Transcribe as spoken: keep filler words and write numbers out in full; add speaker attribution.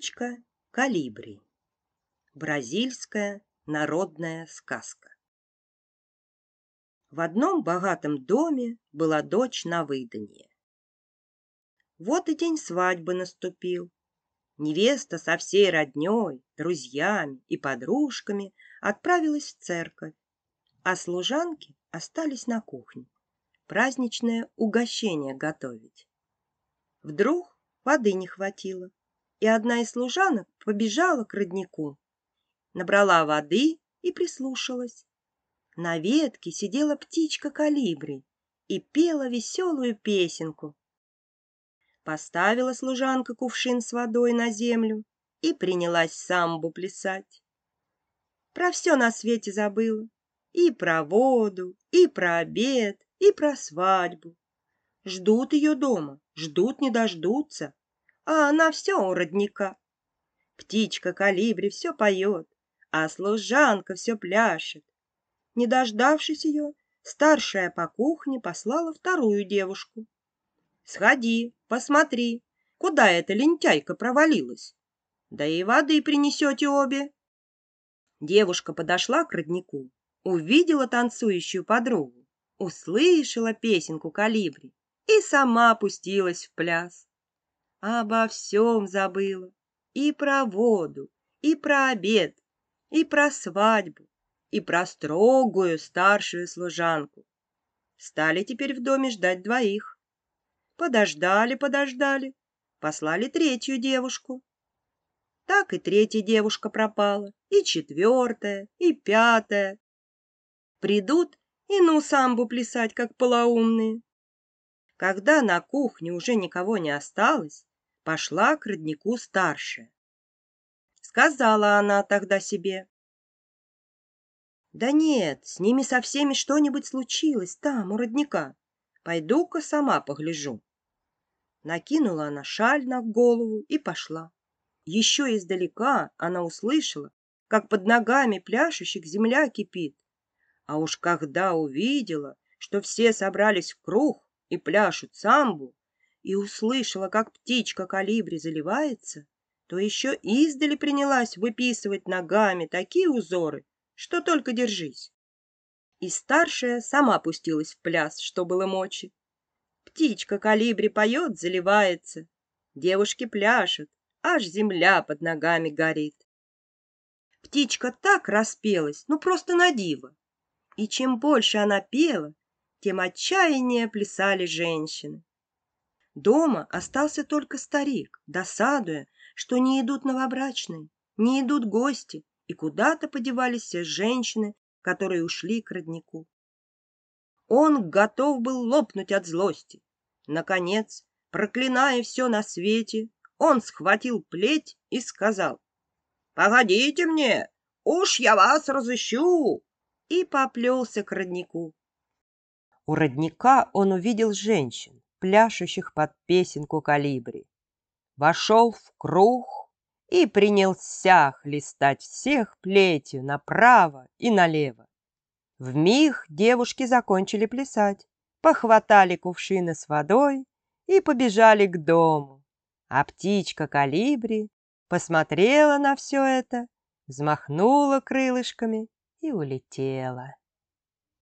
Speaker 1: Птичка Колибри. Бразильская народная сказка. В одном богатом доме была дочь на выданье. Вот и день свадьбы наступил. Невеста со всей роднёй, друзьями и подружками отправилась в церковь, а служанки остались на кухне праздничное угощение готовить. Вдруг воды не хватило, и одна из служанок побежала к роднику, набрала воды и прислушалась. На ветке сидела птичка Колибри и пела веселую песенку. Поставила служанка кувшин с водой на землю и принялась самбу плясать. Про все на свете забыла: и про воду, и про обед, и про свадьбу. Ждут ее дома, ждут не дождутся, а она все у родника. Птичка Колибри все поет, а служанка все пляшет. Не дождавшись ее, старшая по кухне послала вторую девушку: «Сходи, посмотри, куда эта лентяйка провалилась, да и воды принесете обе». Девушка подошла к роднику, увидела танцующую подругу, услышала песенку Колибри и сама пустилась в пляс. Обо всем забыла: и про воду, и про обед, и про свадьбу, и про строгую старшую служанку. Стали теперь в доме ждать двоих. Подождали, подождали, послали третью девушку. Так и третья девушка пропала, и четвертая, и пятая. Придут и ну самбу плясать, как полоумные. Когда на кухне уже никого не осталось, пошла к роднику старшая. Сказала она тогда себе: «Да нет, с ними со всеми что-нибудь случилось там, у родника. Пойду-ка сама погляжу». Накинула она шаль на голову и пошла. Еще издалека она услышала, как под ногами пляшущих земля кипит. А уж когда увидела, что все собрались в круг и пляшут самбу, и услышала, как птичка Колибри заливается, то еще издали принялась выписывать ногами такие узоры, что только держись. И старшая сама пустилась в пляс, что было мочи. Птичка Колибри поет, заливается, девушки пляшут, аж земля под ногами горит. Птичка так распелась, ну просто на диво. И чем больше она пела, тем отчаяннее плясали женщины. Дома остался только старик, досадуя, что не идут новобрачные, не идут гости, и куда-то подевались все женщины, которые ушли к роднику. Он готов был лопнуть от злости. Наконец, проклиная все на свете, он схватил плеть и сказал: «Погодите мне, уж я вас разыщу!» и поплелся к роднику. У родника он увидел женщин, пляшущих под песенку Колибри. Вошел в круг и принялся хлестать всех плетью направо и налево. Вмиг девушки закончили плясать, похватали кувшины с водой и побежали к дому. А птичка Колибри посмотрела на все это, взмахнула крылышками и улетела.